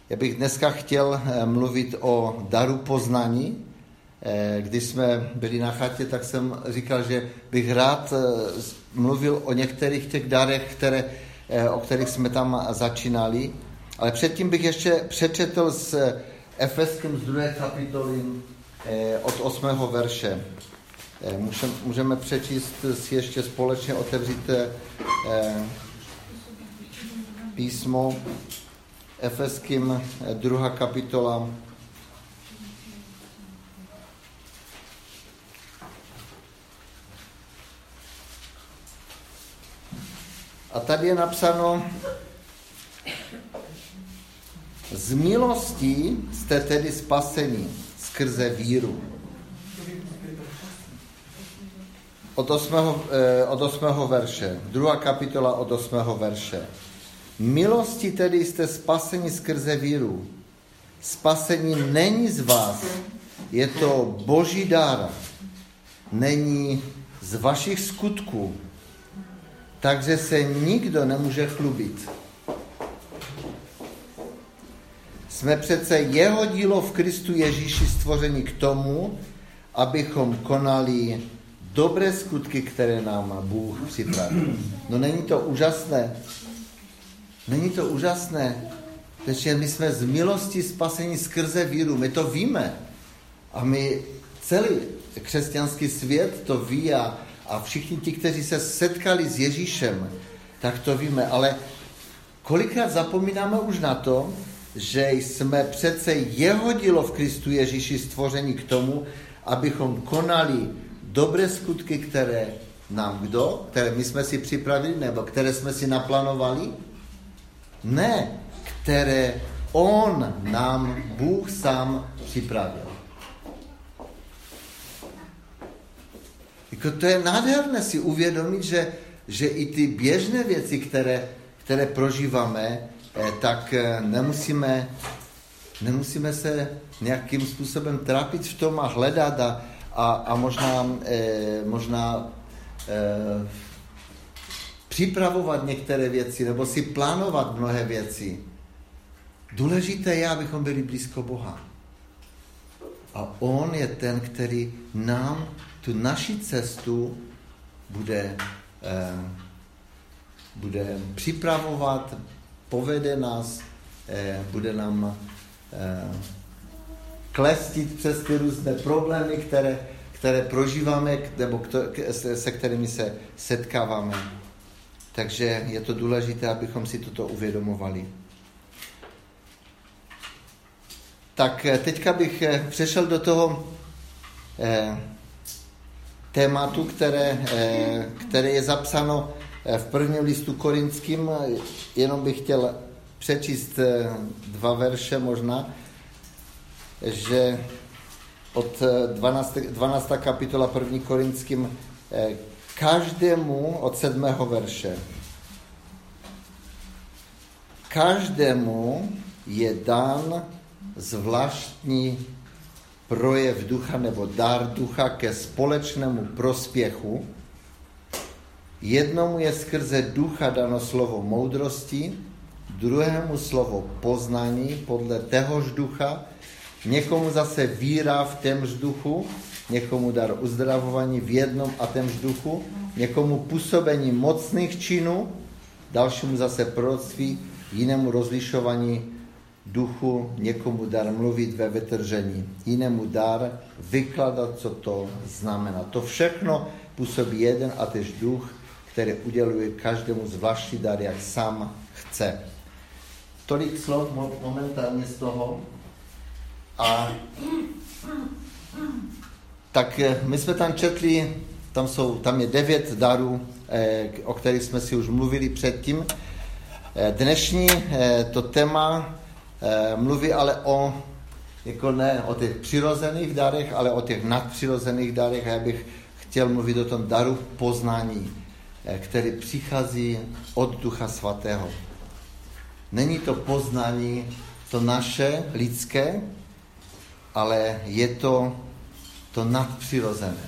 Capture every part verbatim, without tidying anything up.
Já bych dneska chtěl mluvit o daru poznání. Když jsme byli na chatě, tak jsem říkal, že bych rád mluvil o některých těch darech, které, o kterých jsme tam začínali. Ale předtím bych ještě přečetl z Efeským z druhé kapitoly od osmého verše. Můžeme přečíst si ještě společně, otevřít písmo Efeským druhá kapitola. A tady je napsáno: z milostí jste tedy spaseni skrze víru. Od osmého, eh, od osmého verše. Druhá kapitola od osmého verše. Milostí tedy jste spaseni skrze víru. Spasení není z vás, je to Boží dar. Není z vašich skutků, takže se nikdo nemůže chlubit. Jsme přece jeho dílo v Kristu Ježíši stvoření k tomu, abychom konali dobré skutky, které nám Bůh připravil. No není to úžasné? Není to úžasné? Takže my jsme z milosti spaseni skrze víru. My to víme. A my, celý křesťanský svět to ví a, a všichni ti, kteří se setkali s Ježíšem, tak to víme. Ale kolikrát zapomínáme už na to, že jsme přece jeho dílo v Kristu Ježíši stvoření k tomu, abychom konali dobré skutky, které nám kdo? Které my jsme si připravili, nebo které jsme si naplánovali? Ne, které on nám, Bůh sám připravil. Jako to je nádherné si uvědomit, že, že i ty běžné věci, které, které prožíváme, tak nemusíme, nemusíme se nějakým způsobem trápit v tom a hledat a, a, a možná, eh, možná eh, připravovat některé věci nebo si plánovat mnohé věci. Důležité je, abychom byli blízko Boha. A on je ten, který nám tu naši cestu bude, eh, bude připravovat, povede nás, eh, bude nám eh, klestit přes ty různé problémy, které, které prožíváme nebo se kterými se setkáváme. Takže je to důležité, abychom si toto uvědomovali. Tak teďka bych přešel do toho eh, tématu, které, eh, které je zapsáno v prvním listu Korinským. Jenom bych chtěl přečíst dva verše možná, že od dvanácté kapitola první Korinským každému, od sedmého verše, každému je dán zvláštní projev ducha nebo dar ducha ke společnému prospěchu. Jednomu je skrze ducha dano slovo moudrosti, druhému slovo poznání podle téhož ducha, někomu zase víra v témž duchu, někomu dar uzdravování v jednom a témž duchu, někomu působení mocných činů, dalšímu zase proroctví, jinému rozlišování duchu, někomu dar mluvit ve vytržení, jinému dar vykládat, co to znamená. To všechno působí jeden a též duch, který uděluje každému zvláštní dar, jak sám chce. Tolik slov momentálně z toho. A tak my jsme tam četli, tam, jsou, tam je devět darů, o kterých jsme si už mluvili předtím. Dnešní to téma mluví ale o, jako ne o těch přirozených darech, ale o těch nadpřirozených darech. A já bych chtěl mluvit o tom daru poznání, který přichází od Ducha Svatého. Není to poznání to naše, lidské, ale je to to nadpřirozené.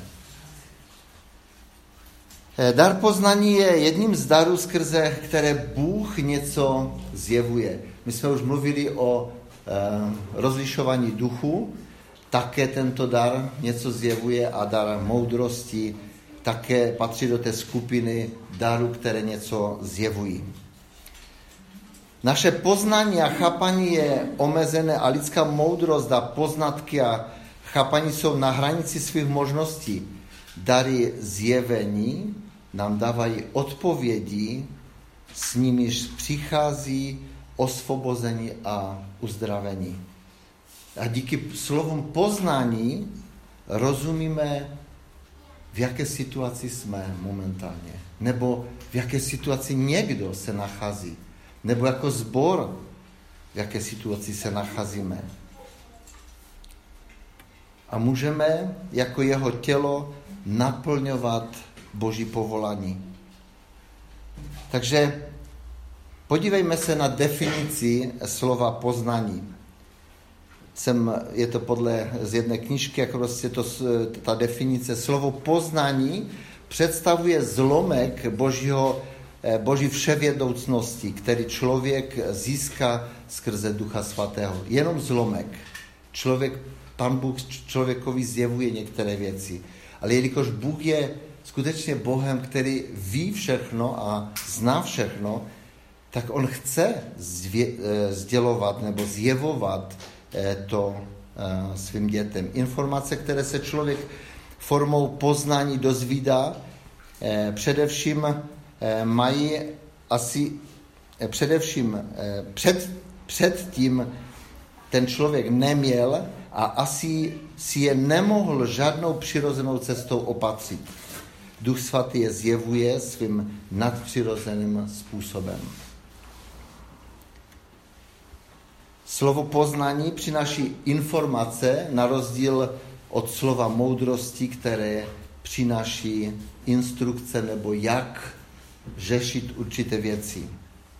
Dar poznání je jedním z darů, skrze které Bůh něco zjevuje. My jsme už mluvili o rozlišování duchu, také tento dar něco zjevuje a dar moudrosti také patří do té skupiny darů, které něco zjevují. Naše poznání a chápání je omezené a lidská moudrost a poznatky a chápání jsou na hranici svých možností. Dary zjevení nám dávají odpovědi, s nimiž přichází osvobození a uzdravení. A díky slovům poznání rozumíme, v jaké situaci jsme momentálně, nebo v jaké situaci někdo se nachází, nebo jako sbor, v jaké situaci se nacházíme. A můžeme jako jeho tělo naplňovat Boží povolání. Takže podívejme se na definici slova poznání. Jsem, je to podle z jedné knížky, jako prostě to, ta definice. Slovo poznání představuje zlomek Božího, Boží vševědoucnosti, který člověk získá skrze Ducha Svatého. Jenom zlomek. Člověk, Pan Bůh člověkovi zjevuje některé věci. Ale jelikož Bůh je skutečně Bohem, který ví všechno a zná všechno, tak on chce zvě, sdělovat nebo zjevovat to svým dětem. Informace, které se člověk formou poznání dozvídá, především mají asi, především před, předtím ten člověk neměl a asi si je nemohl žádnou přirozenou cestou opatřit. Duch Svatý je zjevuje svým nadpřirozeným způsobem. Slovo poznání přináší informace na rozdíl od slova moudrosti, které přináší instrukce nebo jak řešit určité věci.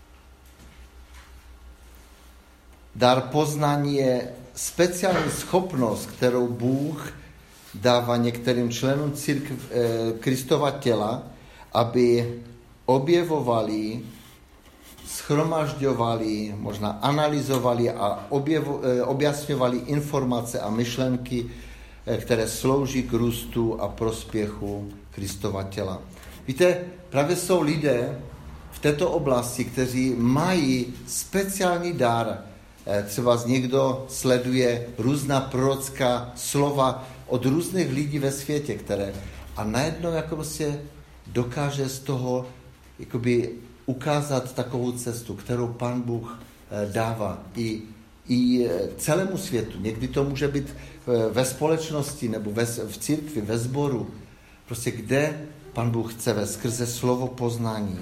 Dar poznání je speciální schopnost, kterou Bůh dává některým členům církve Kristova těla, aby objevovali, shromažďovali, možná analyzovali a objevo, objasňovali informace a myšlenky, které slouží k růstu a prospěchu Kristova těla. Víte, právě jsou lidé v této oblasti, kteří mají speciální dar. Třeba někdo sleduje různá prorocká slova od různých lidí ve světě, které a najednou jako prostě dokáže z toho jakoby ukázat takovou cestu, kterou Pan Bůh dává i, i celému světu. Někdy to může být ve společnosti nebo ve, v církvi, ve sboru. Prostě kde Pan Bůh chce ve skrze slovo poznání.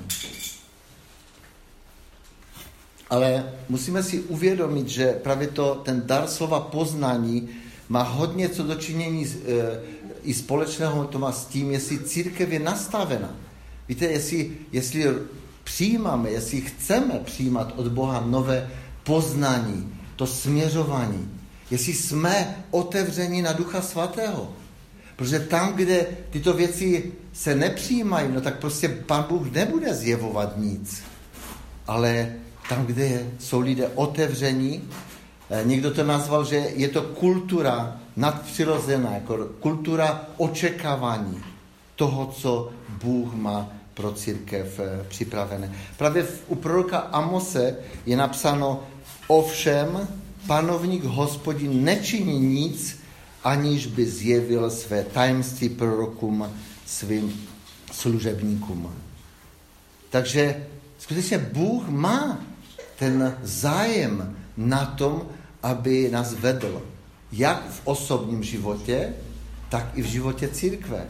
Ale musíme si uvědomit, že právě to, ten dar slova poznání má hodně co dočinění e, i společného to má s tím, jestli církev je nastavena. Víte, jestli, jestli přijímáme, jestli chceme přijímat od Boha nové poznání, to směřování, jestli jsme otevřeni na Ducha Svatého. Protože tam, kde tyto věci se nepřijímají, no tak prostě Pan Bůh nebude zjevovat nic. Ale tam, kde jsou lidé otevření, někdo to nazval, že je to kultura nadpřirozená, jako kultura očekávání toho, co Bůh má pro církev připravené. Právě u proroka Amose je napsáno: ovšem panovník Hospodin nečiní nic, aniž by zjevil své tajemství prorokům, svým služebníkům. Takže skutečně Bůh má ten zájem na tom, aby nás vedl. Jak v osobním životě, tak i v životě církve.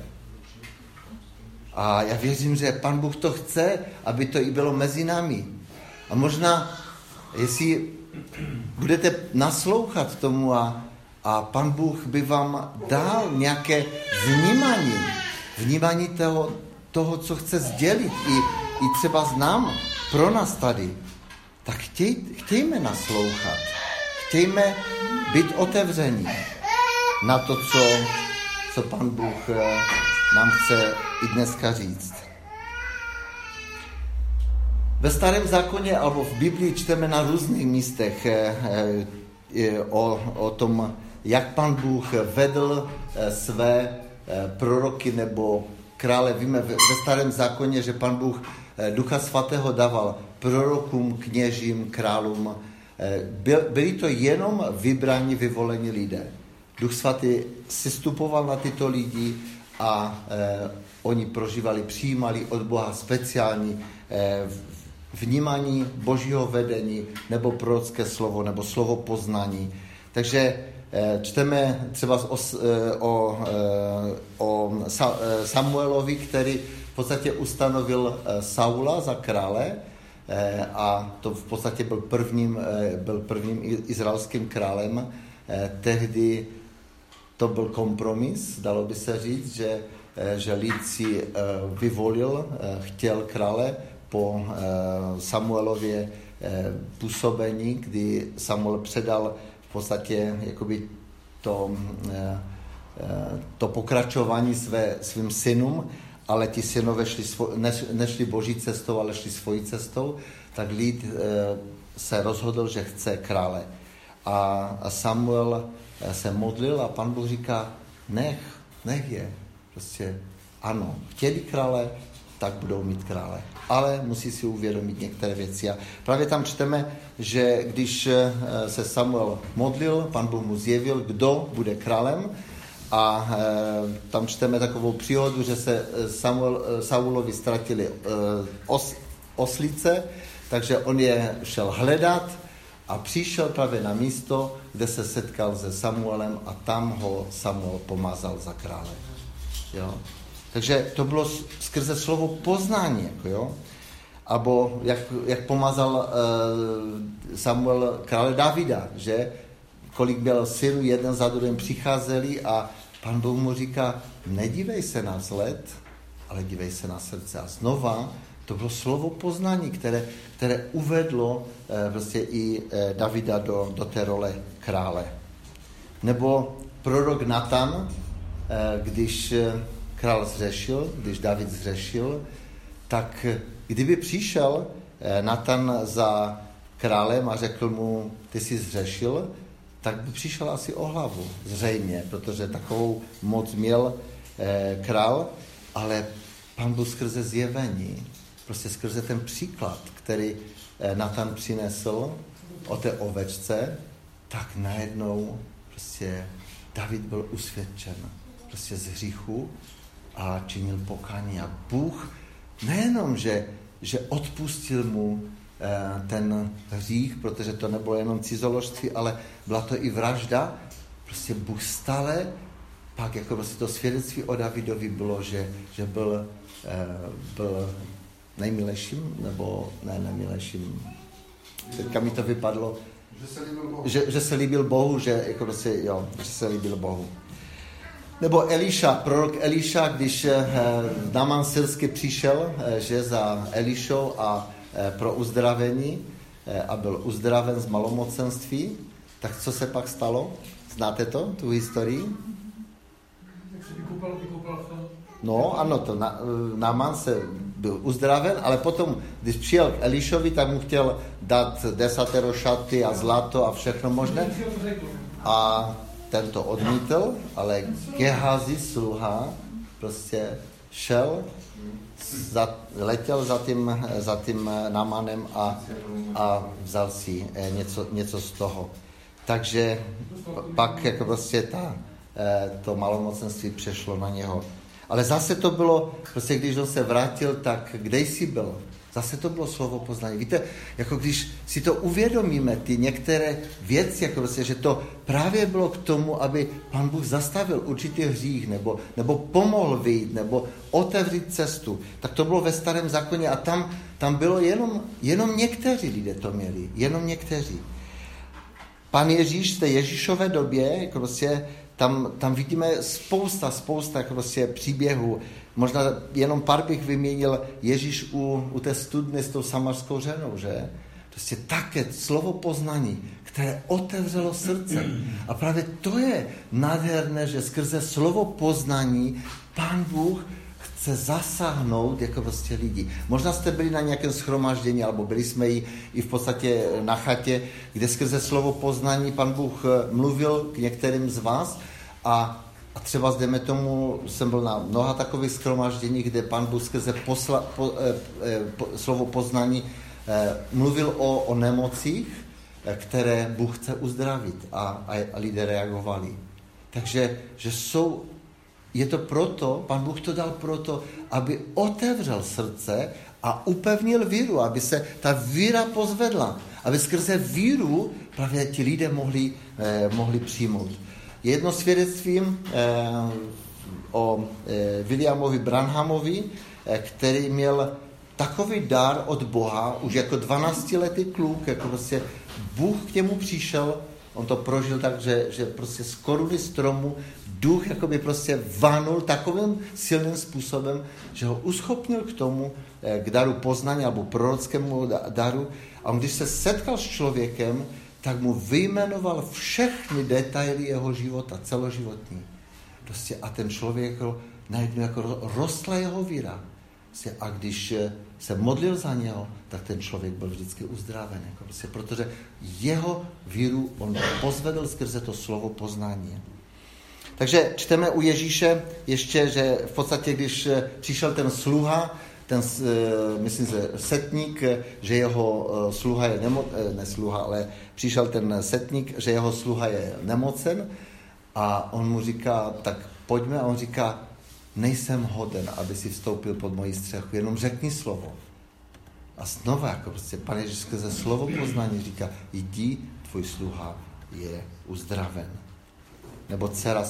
A já věřím, že Pan Bůh to chce, aby to i bylo mezi námi. A možná, jestli budete naslouchat tomu a, a Pan Bůh by vám dal nějaké vnímání, vnímání toho, toho co chce sdělit i, i třeba znám pro nás tady, tak chtěj, chtějme naslouchat. Chtějme být otevření na to, co, co Pan Bůh nám chce i dneska říct. Ve Starém zákoně alebo v Biblii čteme na různých místech o, o tom, jak Pan Bůh vedl své proroky nebo krále. Víme ve Starém zákoně, že Pan Bůh Ducha Svatého dával prorokům, kněžím, králům. Byli to jenom vybraní, vyvolení lidé. Duch Svatý sestupoval na tyto lidi a eh, oni prožívali, přijímali od Boha speciální eh, vnímání Božího vedení nebo prorocké slovo, nebo slovo poznání. Takže eh, čteme třeba o, eh, o, eh, o Sa, eh, Samuelovi, který v podstatě ustanovil eh, Saula za krále, eh, a to v podstatě byl prvním, eh, byl prvním izraelským králem. Eh, tehdy to byl kompromis, dalo by se říct, že, že lid si vyvolil, chtěl krále po Samuelově působení, kdy Samuel předal v podstatě jakoby to, to pokračování své, svým synům, ale ti synové šli svo, ne, nešli boží cestou, ale šli svojí cestou, tak lid se rozhodl, že chce krále. A Samuel se modlil a Pan Bůh říká, nech, nech je. Prostě ano, chtěli krále, tak budou mít krále. Ale musí si uvědomit některé věci. A právě tam čteme, že když se Samuel modlil, Pan Bůh mu zjevil, kdo bude králem. A tam čteme takovou příhodu, že se Samuel, Saulovi ztratili os, oslice, takže on je šel hledat, a přišel právě na místo, kde se setkal se Samuelem a tam ho Samuel pomazal za krále. Jo? Takže to bylo skrze slovo poznání. Jako, jo? Abo jak, jak pomazal uh, Samuel krále Davida, že kolik byl synů, jeden za druhým přicházeli a Pan Bůh mu říká, nedívej se na vzhled, ale dívej se na srdce. A znova to bylo slovo poznání, které, které uvedlo eh, prostě i eh, Davida do, do té role krále. Nebo prorok Natan, eh, když eh, král zřešil, když David zřešil, tak eh, kdyby přišel eh, Natan za králem a řekl mu, ty jsi zřešil, tak by přišel asi o hlavu, zřejmě, protože takovou moc měl eh, král, ale Pan Bůh skrze zjevení, prostě skrze ten příklad, který Natan přinesl o té ovečce, tak najednou prostě David byl usvědčen prostě z hříchu a činil pokání. A Bůh nejenom, že, že odpustil mu eh, ten hřích, protože to nebylo jenom cizoložství, ale byla to i vražda. Prostě Bůh stále, pak jako prostě to svědectví o Davidovi bylo, že, že byl, eh, byl nejmilejším, nebo ne nejmilejším. Teďka mi to vypadlo, že se líbil Bohu, že, že, se líbil Bohu, že, jako prostě, jo, že se líbil Bohu. Nebo Eliša, prorok Eliša, když eh, Naman syrský přišel, eh, že za Elišou a eh, pro uzdravení eh, a byl uzdraven z malomocenství, tak co se pak stalo? Znáte to, tu historii? Jak se vykoupal, vykoupal v tom? No, ano, to na, Naman se byl uzdraven, ale potom, když přijel k Elišovi, tak mu chtěl dát desatero šaty a zlato a všechno možné. A ten to odmítl, ale Gehazi, sluha, prostě šel, za, letěl za tím, za tím Namanem a, a vzal si něco, něco z toho. Takže pak jako prostě ta, to malomocenství přešlo na něho. Ale zase to bylo, prostě když on se vrátil, tak kde jsi byl? Zase to bylo slovo poznání. Víte, jako když si to uvědomíme, ty některé věci, jako prostě, že to právě bylo k tomu, aby Pan Bůh zastavil určitý hřích, nebo, nebo pomohl vyjít, nebo otevřít cestu, tak to bylo ve Starém zákoně a tam, tam bylo jenom, jenom někteří lidé to měli, jenom někteří. Pan Ježíš v té Ježíšové době, jako prostě, Tam, tam vidíme spousta, spousta prostě příběhů. Možná jenom pár bych vyměnil Ježíš u, u té studny s tou samarskou ženou, že? Prostě také slovo poznání, které otevřelo srdce. A právě to je nádherné, že skrze slovo poznání Pán Bůh chce zasáhnout jako prostě lidi. Možná jste byli na nějakém shromáždění, alebo byli jsme i, i v podstatě na chatě, kde skrze slovo poznání Pan Bůh mluvil k některým z vás a, a třeba zdejme tomu, jsem byl na mnoha takových shromáždění, kde Pan Bůh skrze posla, po, eh, po, slovo poznání eh, mluvil o, o nemocích, které Bůh chce uzdravit a, a, a lidé reagovali. Takže že jsou, je to proto, Pan Bůh to dal proto, aby otevřel srdce a upevnil víru, aby se ta víra pozvedla, aby skrze víru právě ti lidé mohli, eh, mohli přijmout. Jedno svědectví eh, o eh, Williamovi Branhamovi, eh, který měl takový dar od Boha, už jako dvanáctiletý kluk, jako prostě Bůh k němu přišel, on to prožil tak, že, že prostě z koruny stromu duch jakoby prostě vanul takovým silným způsobem, že ho uschopnil k tomu, k daru poznání nebo prorockému daru. A on, když se setkal s člověkem, tak mu vyjmenoval všechny detaily jeho života, celoživotní. Prostě a ten člověk jako, najednou jako rostla jeho víra. A když se modlil za něho, tak ten člověk byl vždycky uzdraven. Jako prostě, protože jeho víru on pozvedl skrze to slovo poznání. Takže čteme u Ježíše ještě, že v podstatě, když přišel ten sluha, ten, myslím, že setník, že jeho sluha je nemo, ne sluha, ale přišel ten setník, že jeho sluha je nemocen a on mu říká, tak pojďme, a on říká, nejsem hoden, aby si vstoupil pod moji střechu, jenom řekni slovo. A znova, jako prostě Pane Ježíš skrze slovo poznání říká, jdi, tvůj sluha je uzdraven. Nebo dcera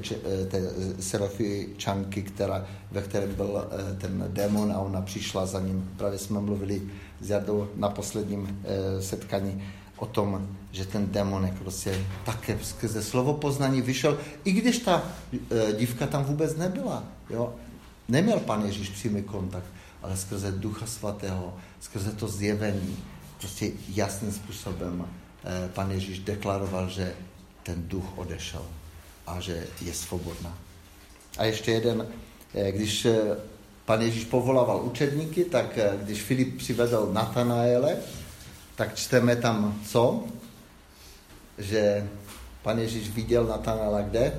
Serofičanky, která, ve které byl ten démon a ona přišla za ním. Právě jsme mluvili s Jardou na posledním setkání o tom, že ten démon jako prostě také skrze slovo poznání vyšel, i když ta dívka tam vůbec nebyla. Jo? Neměl Pan Ježíš přímý kontakt, ale skrze Ducha Svatého, skrze to zjevení, prostě jasným způsobem Pan Ježíš deklaroval, že ten duch odešel a že je svobodná. A ještě jeden, když Pan Ježíš povolával učedníky, tak když Filip přivedl Natanaele, tak čteme tam co? Že Pan Ježíš viděl Natanaela kde?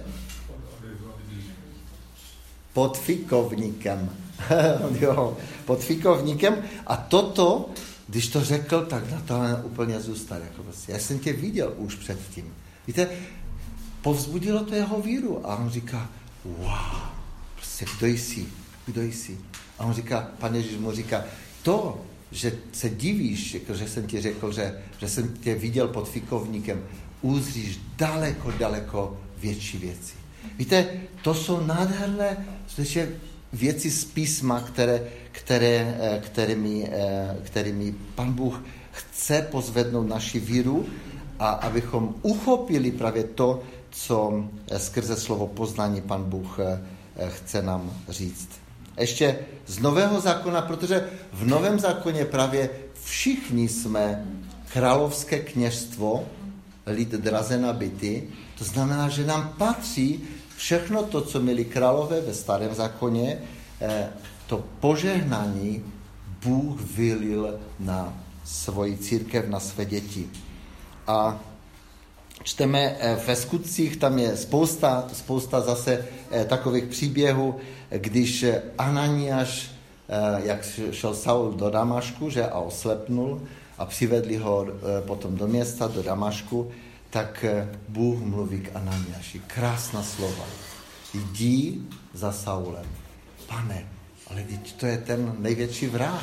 Pod fikovníkem. jo, pod fikovníkem. A toto, když to řekl, tak Natanael úplně zůstal. Jako prostě. Já jsem tě viděl už předtím. Víte, povzbudilo to jeho víru. A on říká, wow, prostě kdo jsi? Kdo jsi? A on říká, Pan Ježíš mu říká, to, že se divíš, jako že jsem ti řekl, že, že jsem tě viděl pod fikovníkem, uzříš daleko, daleko větší věci. Víte, to jsou nádherné věci z písma, které, které, kterými, kterými Pan Bůh chce pozvednout naši víru a abychom uchopili právě to, co skrze slovo poznání Pan Bůh chce nám říct. Ještě z Nového zákona, protože v Novém zákoně právě všichni jsme královské kněžstvo, lid draze nabity, to znamená, že nám patří všechno to, co měli králové ve Starém zákoně, to požehnání Bůh vylil na svoji církev, na své děti. A čteme ve skutcích, tam je spousta, spousta zase takových příběhů, když Ananiáš, jak šel Saul do Damašku, že a oslepnul a přivedli ho potom do města, do Damašku, tak Bůh mluví k Ananiáši. Krásná slova. Jdi za Saulem. Pane, ale to je ten největší vrah.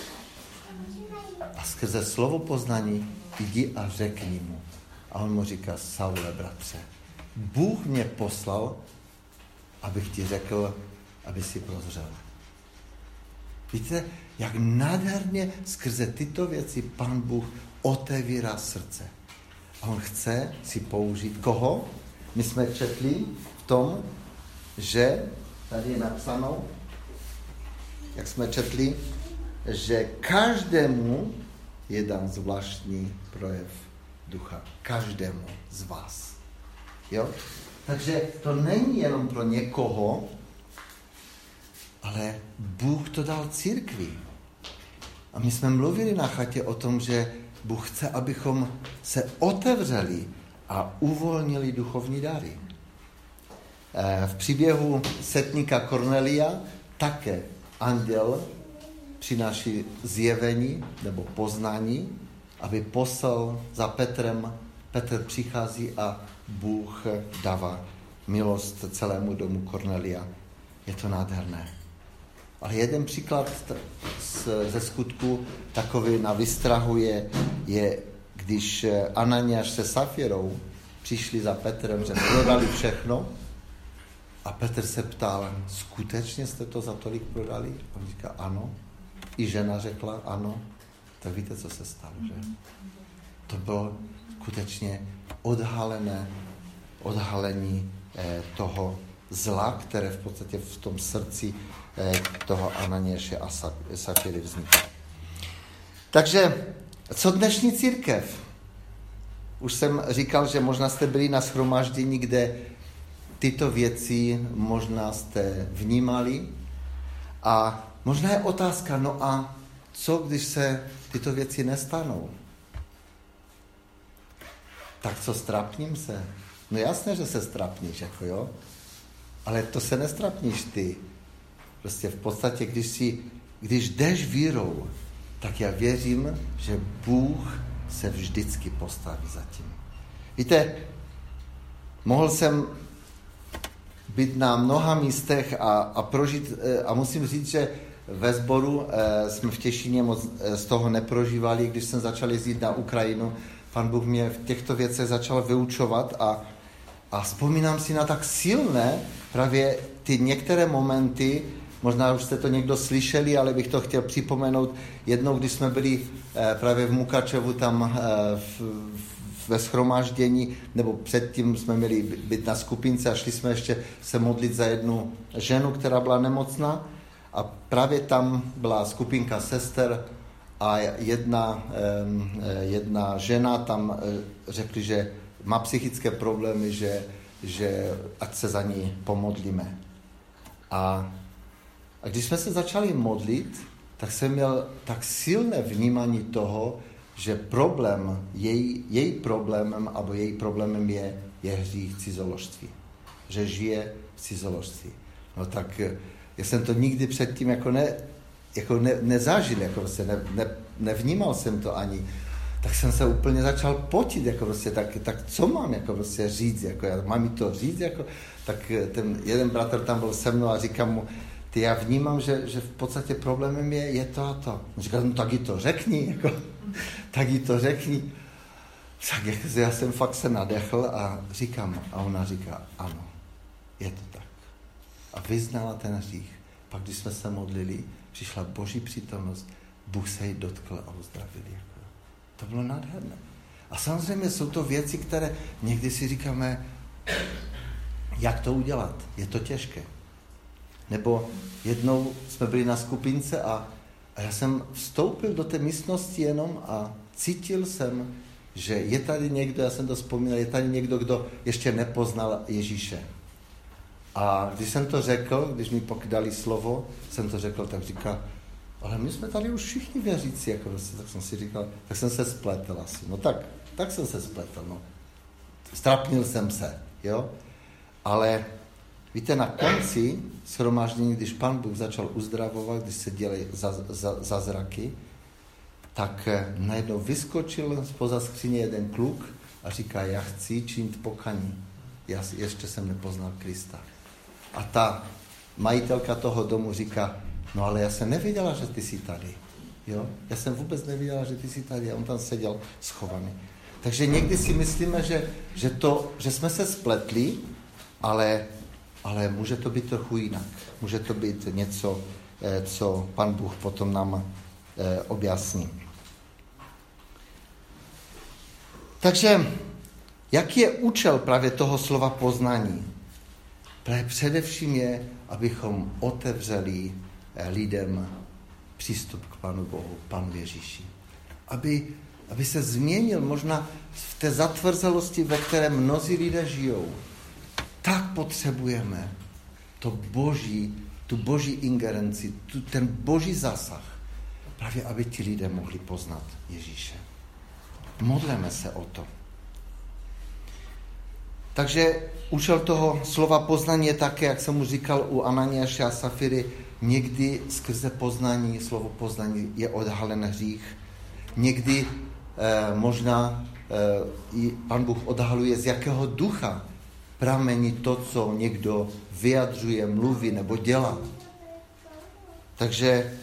A skrze slovo poznání jdi a řekni mu. A on mu říká, Saule, bratře, Bůh mě poslal, abych ti řekl, aby si prozřel. Víte, jak nádherně skrze tyto věci Pán Bůh otevírá srdce. A on chce si použít koho? My jsme četli v tom, že tady je napsáno, jak jsme četli, že každému je dán zvláštní projev ducha. Každému z vás. Jo? Takže to není jenom pro někoho, ale Bůh to dal církvi. A my jsme mluvili na chatě o tom, že Bůh chce, abychom se otevřeli a uvolnili duchovní dary. V příběhu setníka Kornelia také anděl přináší zjevení nebo poznání, aby poslal za Petrem. Petr přichází a Bůh dává milost celému domu Kornelia. Je to nádherné. Ale jeden příklad ze skutku takový na výstrahu je, je když Ananiáš se Safírou přišli za Petrem, že prodali všechno a Petr se ptal, skutečně jste to za tolik prodali? On říká, ano. I žena řekla, ano. Tak víte, co se stalo, že? To bylo skutečně odhalené, odhalení eh, toho zla, které v podstatě v tom srdci eh, toho Ananiáše a Safíry vzniklo. Takže, co dnešní církev? Už jsem říkal, že možná jste byli na shromáždění, kde tyto věci možná jste vnímali. A možná je otázka, no a co, když se tyto věci nestanou? Tak co, strapním se? No jasné, že se strapníš, jako jo. Ale to se nestrapníš ty. Prostě v podstatě, když, si, když jdeš vírou, tak já věřím, že Bůh se vždycky postaví za tím. Víte, mohl jsem být na mnoha místech a, a prožít, a musím říct, že ve sboru e, jsme v Těšíně moc e, z toho neprožívali, když jsem začal jezdit na Ukrajinu. Pan Bůh mě v těchto věcech začal vyučovat a, a vzpomínám si na tak silné právě ty některé momenty, možná už jste to někdo slyšeli, ale bych to chtěl připomenout. Jednou, když jsme byli e, právě v Mukačevu tam e, v, ve shromáždění, nebo předtím jsme měli být na skupince a šli jsme ještě se modlit za jednu ženu, která byla nemocná. A právě tam byla skupinka sester a jedna, jedna žena tam řekli, že má psychické problémy, že, že ať se za ní pomodlíme. A, a když jsme se začali modlit, tak jsem měl tak silné vnímání toho, že problém, její, její problémem, nebo její problémem je, je hřích cizoložství. Že žije v cizoložství. No tak já jsem to nikdy předtím jako, ne, jako ne, nezažil, jako prostě ne, ne, nevnímal jsem to ani. Tak jsem se úplně začal potit, jako prostě, tak, tak co mám jako prostě říct, jako já mám mi to říct, jako, tak ten jeden bratr tam byl se mnou a říkám mu, ty já vnímám, že, že v podstatě problémem je, je to a to. On říkal, no tak jí to řekni, jako, tak jí to řekni. Tak já jsem fakt se nadechl a říkám, a ona říká, ano, je to tak. A vyznala ten hřích. Pak, když jsme se modlili, přišla Boží přítomnost, Bůh se jí dotkl a uzdravil. Jako. To bylo nádherné. A samozřejmě jsou to věci, které někdy si říkáme, jak to udělat. Je to těžké. Nebo jednou jsme byli na skupince a, a já jsem vstoupil do té místnosti jenom a cítil jsem, že je tady někdo, já jsem to vzpomínal, je tady někdo, kdo ještě nepoznal Ježíše. A když jsem to řekl, když mi pak dali slovo, jsem to řekl, tak říká, ale my jsme tady už všichni věřící, jako vlastně, tak jsem si říkal, tak jsem se spletl asi. No tak, tak jsem se spletl, no. Strapnil jsem se, jo. Ale víte, na konci shromáždění, když Pan Bůh začal uzdravovat, když se dělají zázraky, za, za tak najednou vyskočil zpoza skříně jeden kluk a říká, já chci činit pokaní. Já ještě jsem nepoznal Krista. A ta majitelka toho domu říká, no ale já jsem nevěděla, že ty jsi tady. Jo? Já jsem vůbec nevěděla, že ty jsi tady. A on tam seděl schovaný. Takže někdy si myslíme, že, že, to, že jsme se spletli, ale, ale může to být trochu jinak. Může to být něco, co Pan Bůh potom nám objasní. Takže jaký je účel právě toho slova poznání? Právě především je, abychom otevřeli lidem přístup k Panu Bohu, Panu Ježíši. Aby, aby se změnil možná v té zatvrzelosti, ve které mnozí lidé žijou. Tak potřebujeme to Boží tu boží ingerenci, tu, ten boží zásah, právě aby ti lidé mohli poznat Ježíše. Modleme se o to. Takže účel toho slova poznání je také, jak jsem už říkal u Ananiáše a Safiry, někdy skrze poznání, slovo poznání je odhalen hřích. Někdy eh, možná eh, i Pán Bůh odhaluje, z jakého ducha pramení to, co někdo vyjadřuje, mluví nebo dělá. Takže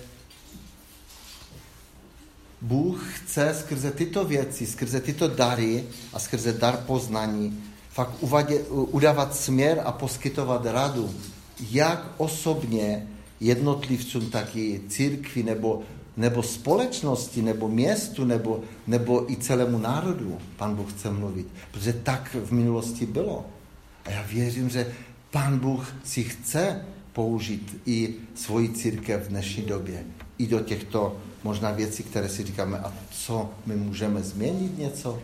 Bůh chce skrze tyto věci, skrze tyto dary a skrze dar poznání fakt uvadě, udávat směr a poskytovat radu, jak osobně jednotlivcům, tak i církvi, nebo, nebo společnosti, nebo městu, nebo, nebo i celému národu Pán Bůh chce mluvit. Protože tak v minulosti bylo. A já věřím, že Pán Bůh si chce použít i svoji církev v dnešní době. I do těchto možná věcí, které si říkáme, a co, my můžeme změnit něco?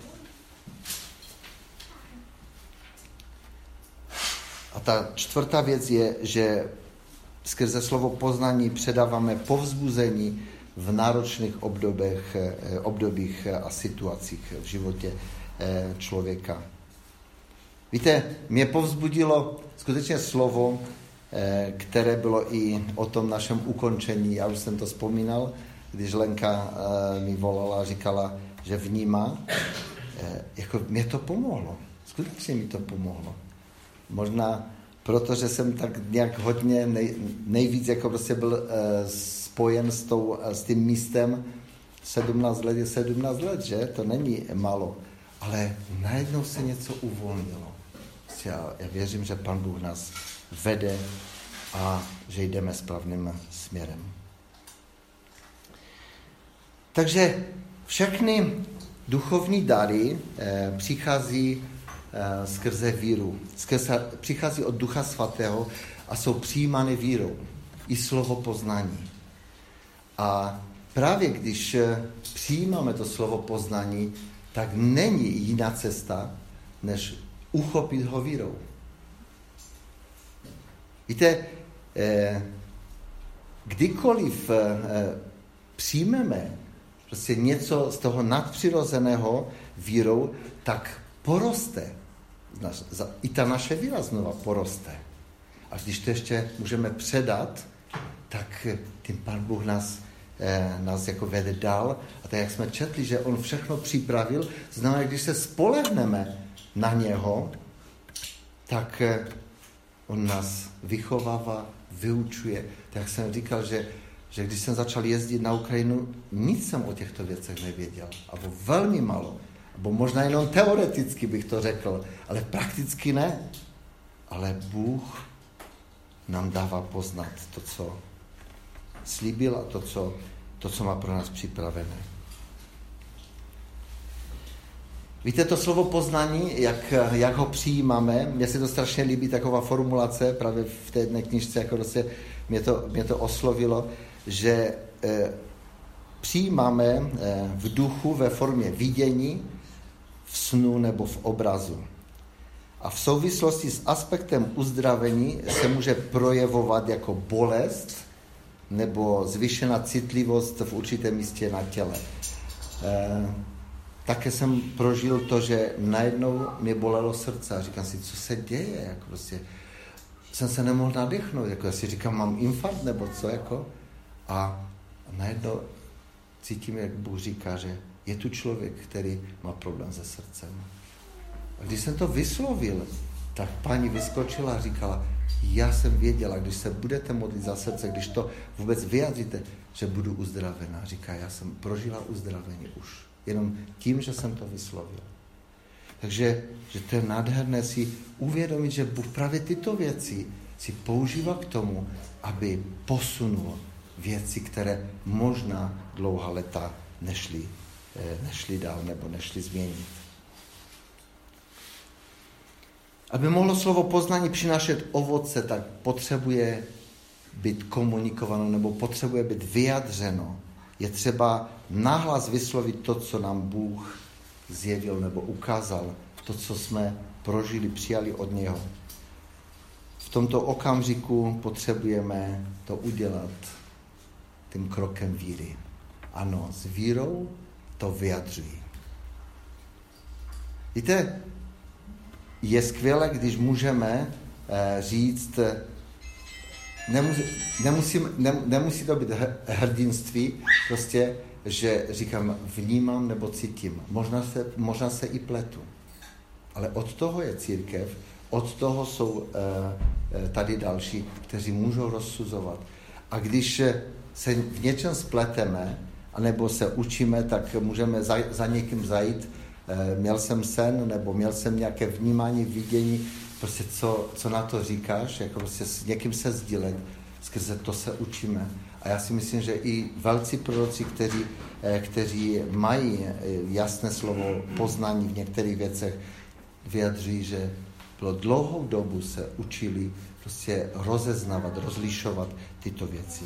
A ta čtvrtá věc je, že skrze slovo poznání předáváme povzbuzení v náročných obdobích, obdobích a situacích v životě člověka. Víte, mě povzbudilo skutečně slovo, které bylo i o tom našem ukončení. Já už jsem to vzpomínal, když Lenka mi volala a říkala, že vnímá. Jako mě to pomohlo. Skutečně mi to pomohlo. Možná protože jsem tak nějak hodně nej, nejvíc jako prostě byl uh, spojen s, tou, s tím místem. sedmnáct let je sedmnáct let, že? To není málo. Ale najednou se něco uvolnilo. Já, já věřím, že Pán Bůh nás vede a že jdeme správným směrem. Takže všechny duchovní dary eh, přichází eh, skrze víru. Skrze, přichází od Ducha Svatého a jsou přijímány vírou. I slovo poznání. A právě když přijímáme to slovo poznání, tak není jiná cesta, než uchopit ho vírou. Víte, eh, kdykoliv eh, přijmeme prostě něco z toho nadpřirozeného vírou, tak poroste. I ta naše víra znova poroste. A když to ještě můžeme předat, tak tím Pán Bůh nás, eh, nás jako vede dál. A tak, jak jsme četli, že on všechno připravil, znamená, když se spolehneme na něho, tak eh, on nás vychovává, vyučuje. Tak jsem říkal, že, že když jsem začal jezdit na Ukrajinu, nic jsem o těchto věcech nevěděl. Abo velmi málo. Abo možná jenom teoreticky bych to řekl, ale prakticky ne. Ale Bůh nám dává poznat to, co slíbil a to, co, to, co má pro nás připravené. Víte, to slovo poznání, jak, jak ho přijímáme, mně se to strašně líbí, taková formulace, právě v té jedné knižce, jako prostě mě to, mě to oslovilo, že eh, přijímáme eh, v duchu ve formě vidění, v snu nebo v obrazu. A v souvislosti s aspektem uzdravení se může projevovat jako bolest nebo zvýšená citlivost v určitém místě na těle. E, také jsem prožil to, že najednou mě bolelo srdce a říkám si, co se děje. Jako prostě jsem se nemohl nadechnout. Jako já si říkám, mám infarkt nebo co. Jako. A najednou cítím, jak Bůh říká, že je tu člověk, který má problém se srdcem. A když jsem to vyslovil, tak paní vyskočila a říkala, já jsem věděla, když se budete modlit za srdce, když to vůbec vyjádříte, že budu uzdravená. Říká, já jsem prožila uzdravení už. Jenom tím, že jsem to vyslovil. Takže že to je nádherné si uvědomit, že Bůh právě tyto věci si používá k tomu, aby posunul věci, které možná dlouhá léta nešly, nešly dál nebo nešly změnit. Aby mohlo slovo poznání přinášet ovoce, tak potřebuje být komunikováno nebo potřebuje být vyjadřeno. Je třeba nahlas vyslovit to, co nám Bůh zjevil nebo ukázal, to, co jsme prožili, přijali od něho. v tomto okamžiku potřebujeme to udělat tím krokem víry. Ano, s vírou to vyjadřují. Víte, je skvělé, když můžeme eh, říct, nemusí, nemusí, ne, nemusí to být hrdinství, prostě, že říkám, vnímám nebo cítím. Možná se, možná se i pletu. Ale od toho je církev, od toho jsou eh, tady další, kteří můžou rozsuzovat. A když se v něčem spleteme, anebo se učíme, tak můžeme za, za někým zajít. E, měl jsem sen, nebo měl jsem nějaké vnímání, vidění, prostě co, co na to říkáš, jako prostě s někým se sdílet, skrze to se učíme. A já si myslím, že i velcí proroci, kteří, e, kteří mají jasné slovo poznání v některých věcech, vyjadřují, že bylo dlouhou dobu se učili prostě rozeznávat, rozlišovat tyto věci.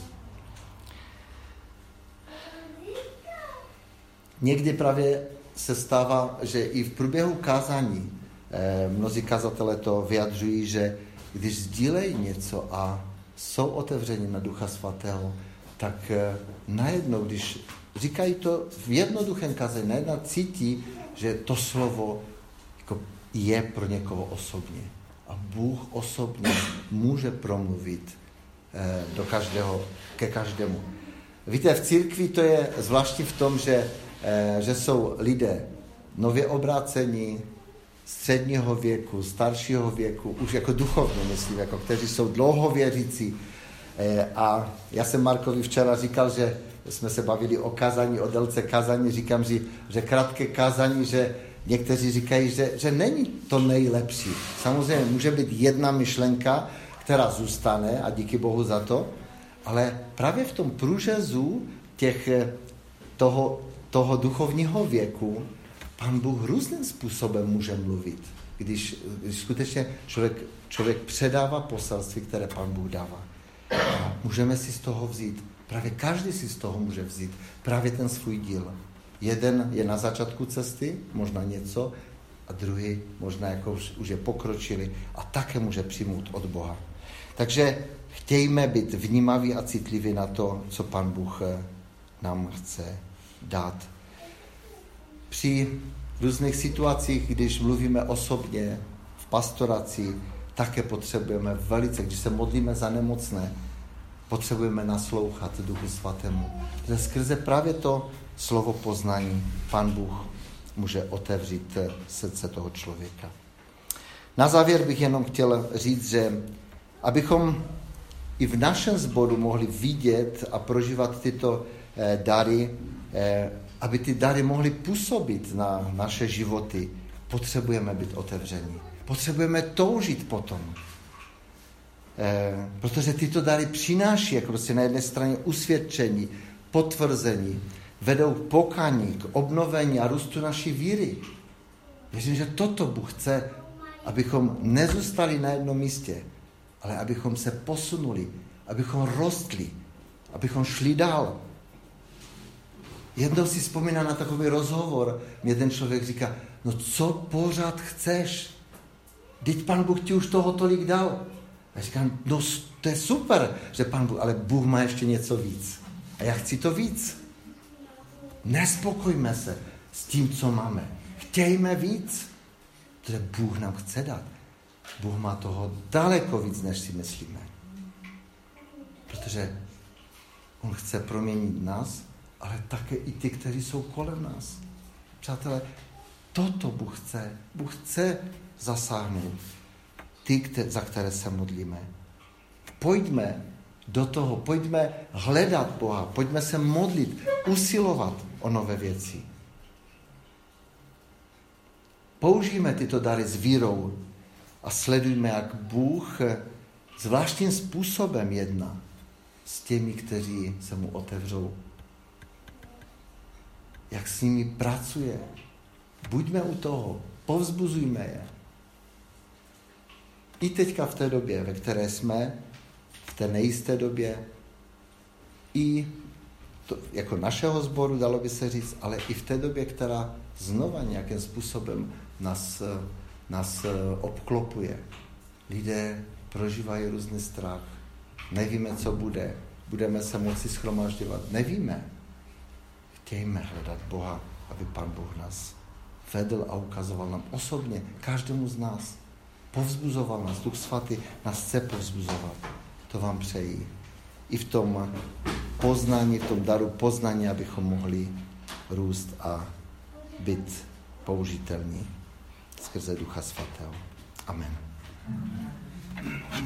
Někdy právě se stává, že i v průběhu kázání eh, mnozí kazatelé to vyjadřují, že když sdílejí něco a jsou otevřeni na Ducha Svatého, tak eh, najednou, když říkají to v jednoduchém kázání, najednou cítí, že to slovo jako je pro někoho osobně. A Bůh osobně může promluvit eh, do každého, ke každému. Víte, v církvi to je zvláštní v tom, že že jsou lidé nově obrácení, středního věku, staršího věku, už jako duchovně myslím, jako kteří jsou dlouhověřící. A já jsem Markovi včera říkal, že jsme se bavili o kázání, o délce kázání, říkám, že, že krátké kázání, že někteří říkají, že, že není to nejlepší. Samozřejmě může být jedna myšlenka, která zůstane a díky Bohu za to, ale právě v tom průřezu těch toho toho duchovního věku Pán Bůh různým způsobem může mluvit, když, když skutečně člověk, člověk předává poselství, které Pán Bůh dává. A můžeme si z toho vzít, právě každý si z toho může vzít právě ten svůj díl. Jeden je na začátku cesty, možná něco, a druhý možná jako už, už je pokročili a také může přijmout od Boha. Takže chtějme být vnímaví a citliví na to, co Pán Bůh nám chce dát. Při různých situacích, když mluvíme osobně v pastoraci, také potřebujeme velice, když se modlíme za nemocné, potřebujeme naslouchat Duchu Svatému. Že skrze právě to slovo poznání Pán Bůh může otevřít srdce toho člověka. Na závěr bych jenom chtěl říct, že abychom i v našem sboru mohli vidět a prožívat tyto eh, dary, eh, aby ty dary mohly působit na naše životy, potřebujeme být otevření. Potřebujeme toužit potom. Eh, protože tyto dary přináší jako prostě na jedné straně usvědčení, potvrzení, vedou k pokání, k obnovení a růstu naší víry. Věřím, že toto Bůh chce, abychom nezůstali na jednom místě, ale abychom se posunuli, abychom rostli, abychom šli dál. Jednou si vzpomínám na takový rozhovor, jeden člověk říká, no co pořád chceš? Vždyť Pán Bůh ti už toho tolik dal. A já říkám, no to je super, že Pán Bůh, ale Bůh má ještě něco víc. A já chci to víc. Nespokojme se s tím, co máme. Chtějme víc, protože Bůh nám chce dát. Bůh má toho daleko víc, než si myslíme. Protože on chce proměnit nás, ale také i ty, kteří jsou kolem nás. Přátelé, toto Bůh chce. Bůh chce zasáhnout ty, za které se modlíme. Pojďme do toho, pojďme hledat Boha, pojďme se modlit, usilovat o nové věci. Použijme tyto dary s vírou a sledujme, jak Bůh zvláštním způsobem jedná s těmi, kteří se mu otevřou. Jak s nimi pracuje. Buďme u toho, povzbuzujme je. I teďka v té době, ve které jsme, v té nejisté době, i to, jako našeho sboru, dalo by se říct, ale i v té době, která znova nějakým způsobem nás, nás obklopuje. Lidé prožívají různý strach. Nevíme, co bude. Budeme se moci shromažďovat. Nevíme. Chtějme hledat Boha, aby Pán Bůh nás vedl a ukazoval nám osobně, každému z nás. Povzbuzoval nás. Duch Svatý nás chce povzbuzovat. To vám přeji. I v tom poznání, v tom daru poznání, abychom mohli růst a být použitelní skrze Ducha Svatého. Amen.